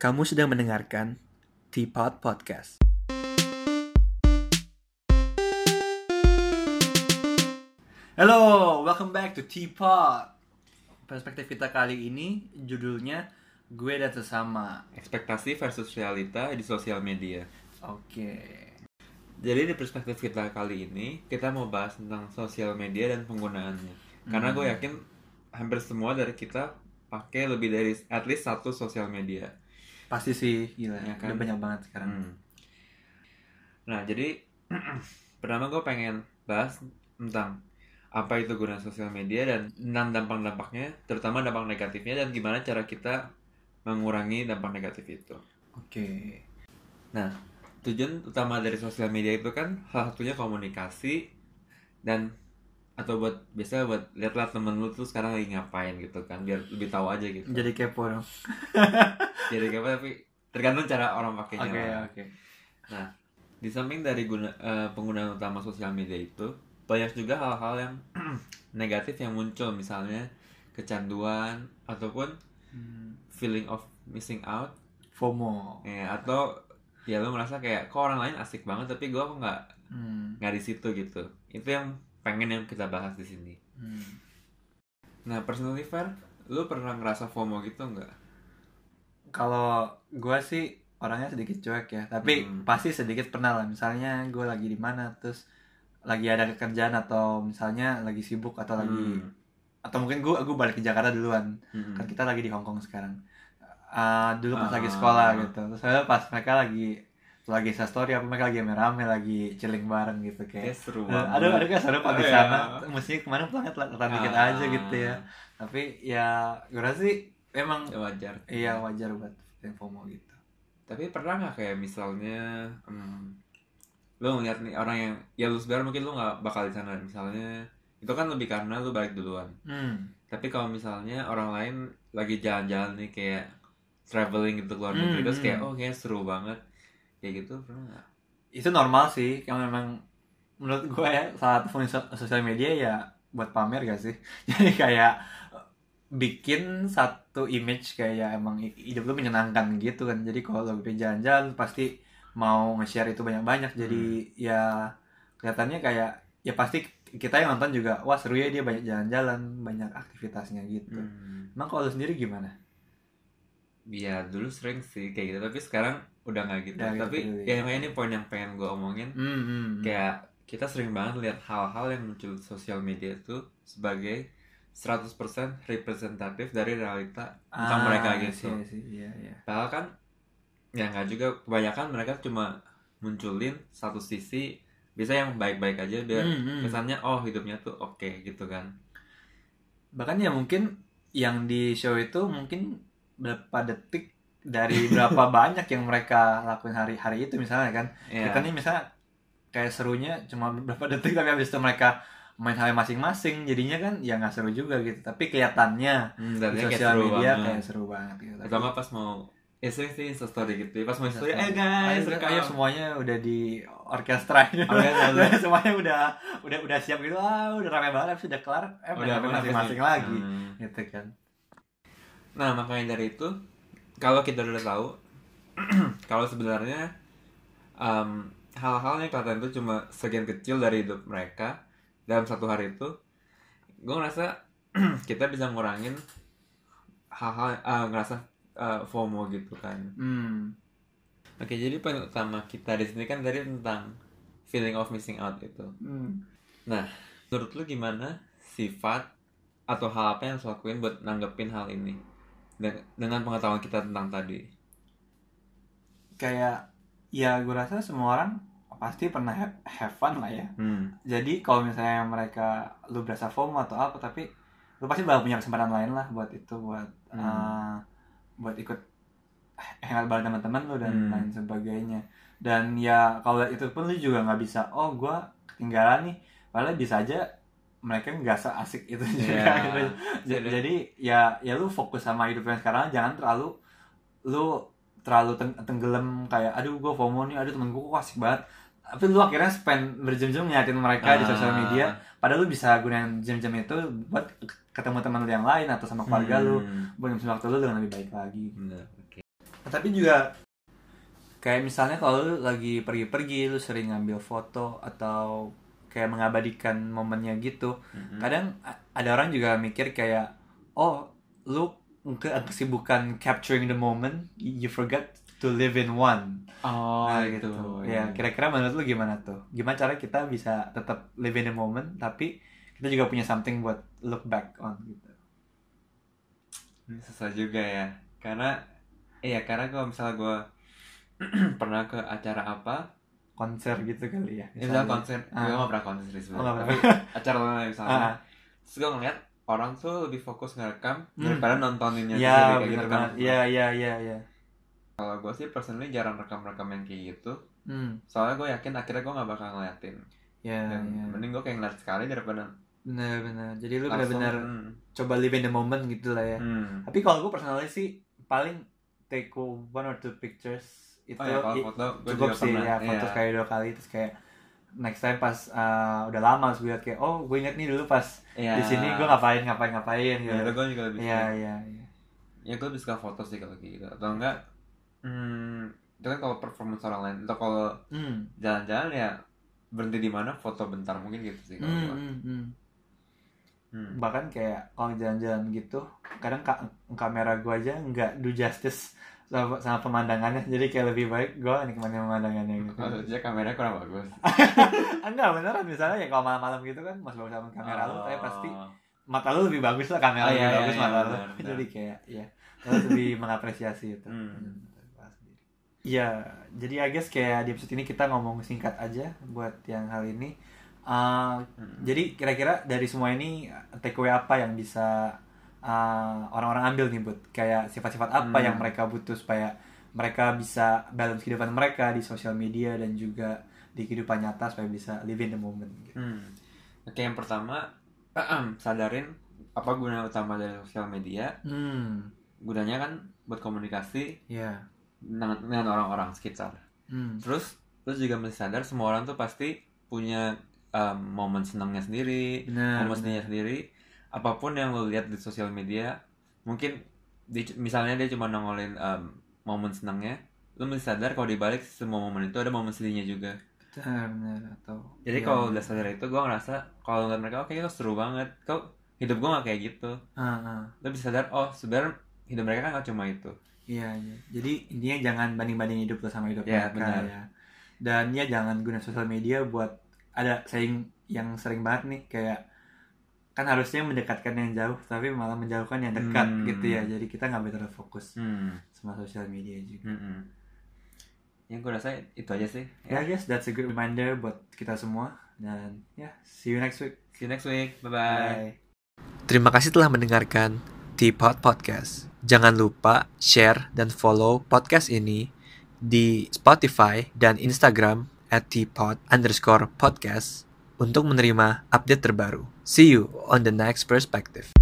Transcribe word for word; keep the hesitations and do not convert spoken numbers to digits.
Kamu sedang mendengarkan Teapot Podcast. Halo, welcome back to Teapot. Perspektif kita kali ini judulnya Gue dan Sesama. Ekspektasi versus realita di sosial media. Oke. Jadi di perspektif kita kali ini, kita mau bahas tentang sosial media dan penggunaannya. Karena gue yakin hampir semua dari kita pakai lebih dari at least satu sosial media. Pasti sih, gila. Ya kan? Udah banyak banget sekarang. Hmm. Nah, jadi pertama gue pengen bahas tentang apa itu guna sosial media dan tentang dampak-dampaknya, terutama dampak negatifnya dan gimana cara kita mengurangi dampak negatif itu. Oke. Nah, tujuan utama dari sosial media itu kan salah satunya komunikasi dan atau buat biasanya buat lihat-lihat temen lu tuh sekarang lagi ngapain gitu kan, biar lebih tahu aja gitu. Jadi kepo dong. Jadi kayak apa, tapi tergantung cara orang pakainya. Oke, lah. oke. Nah, di samping dari guna, uh, penggunaan utama sosial media itu, banyak juga hal-hal yang negatif yang muncul, misalnya kecanduan ataupun Hmm. feeling of missing out, FOMO. ya, atau ya lu merasa kayak kok orang lain asik banget tapi gue kok nggak Hmm. nggak di situ gitu. Itu yang pengen yang kita bahas di sini. Hmm. Nah, personally Fer, lu pernah ngerasa FOMO gitu nggak? Kalau gue sih orangnya sedikit cuek ya, tapi Hmm. pasti sedikit pernah lah. Misalnya gue lagi di mana, terus lagi ada kerjaan atau misalnya lagi sibuk atau lagi Hmm. atau mungkin gue gue balik ke Jakarta duluan. Hmm. Kan kita lagi di Hong Kong sekarang. Ah, dulu pas Ah. lagi sekolah gitu. Terus saya pas mereka lagi lagi story apa mereka lagi rame-rame lagi chilling bareng gitu Kayak kayak. seru Eh, banget. aduh, aduh kayak seru pas di Oh, sana. iya. Mesti kemana pulangnya telat dikit Ah. aja gitu ya. Tapi ya gue rasa sih emang Ya wajar. iya wajar buat yang FOMO gitu. Tapi pernah nggak kayak misalnya hmm, lu ngeliat nih orang yang ya lu sebenarnya mungkin lu nggak bakal di sana, misalnya itu kan lebih karena lu balik duluan. Hmm. Tapi kalau misalnya orang lain lagi jalan-jalan nih kayak traveling gitu keluar negeri, Hmm, terus kayak hmm. oh kayak seru banget kayak gitu, pernah nggak? Itu normal sih, yang memang menurut gue ya saat phone so- sosial media ya buat pamer gak sih? Jadi kayak bikin satu image kayak emang hi- hidup lu menyenangkan gitu kan. Jadi kalau lu pengen jalan-jalan pasti mau nge-share itu banyak-banyak. Jadi ya kelihatannya kayak ya pasti kita yang nonton juga wah seru ya dia banyak jalan-jalan, banyak aktivitasnya gitu. Hmm. Emang kalau lu sendiri gimana? Ya dulu sering sih kayak gitu, tapi sekarang udah nggak gitu. Udah gitu Tapi dulu ya ya. makanya ini poin yang pengen gue omongin. Hmm, hmm, hmm. Kayak kita sering banget lihat hal-hal yang muncul di sosial media itu sebagai seratus persen representatif dari realita tentang Ah, mereka I gitu. see, I see. Iya, iya. Padahal kan ya nggak juga, kebanyakan mereka cuma munculin satu sisi, bisa yang baik-baik aja biar Hmm, hmm. kesannya oh hidupnya tuh oke gitu kan. Bahkan ya mungkin yang di show itu mungkin berapa detik dari berapa banyak yang mereka lakuin hari-hari itu misalnya kan. Iya. Kita nih misalnya kayak serunya cuma beberapa detik tapi habis itu mereka main hal masing-masing jadinya kan ya nggak seru juga gitu. Tapi kelihatannya Hmm, di dan kayak sosial seru media banget. kayak seru banget gitu. Atau nggak pas mau eh sering sih Instastory gitu, pas mau story Ayo, eh guys ayo, rekam. ayo semuanya udah di orkestra gitu. Orkestra. Semuanya udah udah udah siap gitu. Ah, udah rame banget habis udah kelar eh main Udah, H P main masing-masing H P. lagi Hmm. gitu kan. Nah, makanya dari itu kalau kita udah tahu kalau sebenarnya um, hal-hal yang kelihatan itu cuma sekian kecil dari hidup mereka dalam satu hari itu, gue ngerasa kita bisa ngurangin hal-hal uh, ngerasa uh, FOMO gitu kan. Hmm. Oke, jadi poin utama kita di sini kan tadi tentang feeling of missing out itu. Hmm. Nah, menurut lu gimana sifat atau hal apa yang harus lakuin buat nanggepin hal ini Den- dengan pengetahuan kita tentang tadi? Kayak ya gue rasa semua orang pasti pernah have, have fun lah ya. Hmm. Jadi kalau misalnya mereka lu berasa FOMO atau apa tapi lu pasti bakal punya kesempatan lain lah buat itu buat Hmm. uh, buat ikut hangout bareng teman-teman lu dan Hmm. lain sebagainya. Dan ya kalau itu pun lu juga nggak bisa oh gue ketinggalan nih, padahal bisa aja mereka nggak seasik itu juga Iya. gitu. J- Jadi- Jadi ya ya lu fokus sama hidup yang sekarang, jangan terlalu lu terlalu teng- tenggelam kayak aduh gue FOMO nih, aduh temen gue kok asik banget. Tapi lu akhirnya spend berjam-jam ngeliatin mereka di sosial media, padahal lu bisa gunain jam-jam itu buat ketemu teman lu yang lain atau sama keluarga lu, Hmm. buat ngisi waktu lu dengan lebih baik lagi. Bener, oke. Tapi juga kayak misalnya kalau lu lagi pergi-pergi, lu sering ngambil foto atau kayak mengabadikan momennya gitu. Mm-hmm. Kadang ada orang juga mikir kayak, oh, lu ke kesibukan capturing the moment, you forget to live in one. Oh, nah, gitu. gitu. Ya, kira-kira menurut lu gimana tuh? Gimana cara kita bisa tetap live in the moment, tapi kita juga punya something buat look back on gitu. Ini susah juga ya. Karena, iya, karena kalau misalnya gue pernah ke acara apa, konser gitu kali ya. misalnya konser, ah. gue gak pernah konser sih sebenarnya. Oh, tapi acara lain misalnya, ah. terus gue ngeliat orang tuh lebih fokus ngerekam hmm. daripada nontoninnya ya, sendiri kayak gitu kan. Iya, iya, iya, iya. Kalau gue sih personally jarang rekam-rekam yang kayak gitu. Hmm. Soalnya gue yakin akhirnya gue gak bakal ngeliatin. Ya, Dan ya. mending gue kayak ngeliat sekali daripada benar-benar. Jadi lu benar-benar hmm. coba live in the moment gitu lah ya. Hmm. Tapi kalau gue personally sih paling take one or two pictures itu oh, ya, i- foto, cukup sih pernah. ya, foto yeah. sekali dua kali terus kayak next time pas uh, udah lama terus gue liat kayak oh gue inget nih dulu pas yeah. di sini gue ngapain ngapain ngapain gitu. Ya, itu gue juga lebih Iya iya iya. Ya gue lebih suka foto sih kalau gitu. Atau enggak hmm, itu kan kalau performance orang lain. Atau kalau hmm. jalan-jalan ya berhenti di mana foto bentar mungkin gitu sih kalau hmm, gue. hmm, hmm. Hmm. Bahkan kayak kalau jalan-jalan gitu kadang ka- kamera gue aja nggak do justice sama, sama pemandangannya, jadi kayak lebih baik gue nikmatin pemandangannya gitu. Kalau aja kameranya kurang bagus. Enggak beneran, misalnya ya kalau malam-malam gitu kan masih bagus sama kamera oh. lu, tapi pasti mata lu lebih bagus lah, kamera oh, lebih iya, bagus iya, mata iya, lu. benar, benar. Jadi kayak ya lu lebih mengapresiasi itu. Hmm. Iya, jadi I guess kayak di episode ini kita ngomong singkat aja buat yang hal ini. Uh, hmm. Jadi kira-kira dari semua ini takeaway apa yang bisa Uh, orang-orang ambil nih buat kayak sifat-sifat apa hmm. yang mereka butuh supaya mereka bisa balance kehidupan mereka di sosial media dan juga di kehidupan nyata supaya bisa live in the moment gitu. Hmm. Oke, yang pertama sadarin apa guna utama dari sosial media. Hmm. Gunanya kan buat komunikasi yeah. dengan, dengan orang-orang sekitar. Hmm. Terus terus juga mesti sadar semua orang tuh pasti punya um, momen senangnya sendiri, benar, momen sedihnya sendiri. Apapun yang lo lihat di sosial media, mungkin di, misalnya dia cuma nongolin um, momen senangnya, lo mesti sadar kalau di balik semua momen itu ada momen sedihnya juga. Benar, atau jadi ya, kalau udah sadar itu, gue ngerasa kalau ngeliat mereka, oke, okay, itu seru banget. Kok hidup gue nggak kayak gitu. Uh-huh. Lo bisa sadar, oh sebenarnya hidup mereka kan nggak cuma itu. Iya, iya. Jadi intinya jangan banding-banding hidup lo sama hidup ya, mereka. Benar. Ya. Dan ya jangan guna sosial media buat ada saying yang sering banget nih kayak kan harusnya mendekatkan yang jauh tapi malah menjauhkan yang dekat hmm. gitu ya, jadi kita nggak boleh terlalu fokus hmm. sama sosial media juga. Hmm. Yang gue rasa itu aja sih. Ya, yeah, guys, that's a good reminder buat kita semua dan ya, yeah, see you next week. See you next week. Bye bye. Terima kasih telah mendengarkan Teapot Podcast. Jangan lupa share dan follow podcast ini di Spotify dan Instagram at teapot underscore podcast untuk menerima update terbaru. See you on the next perspective.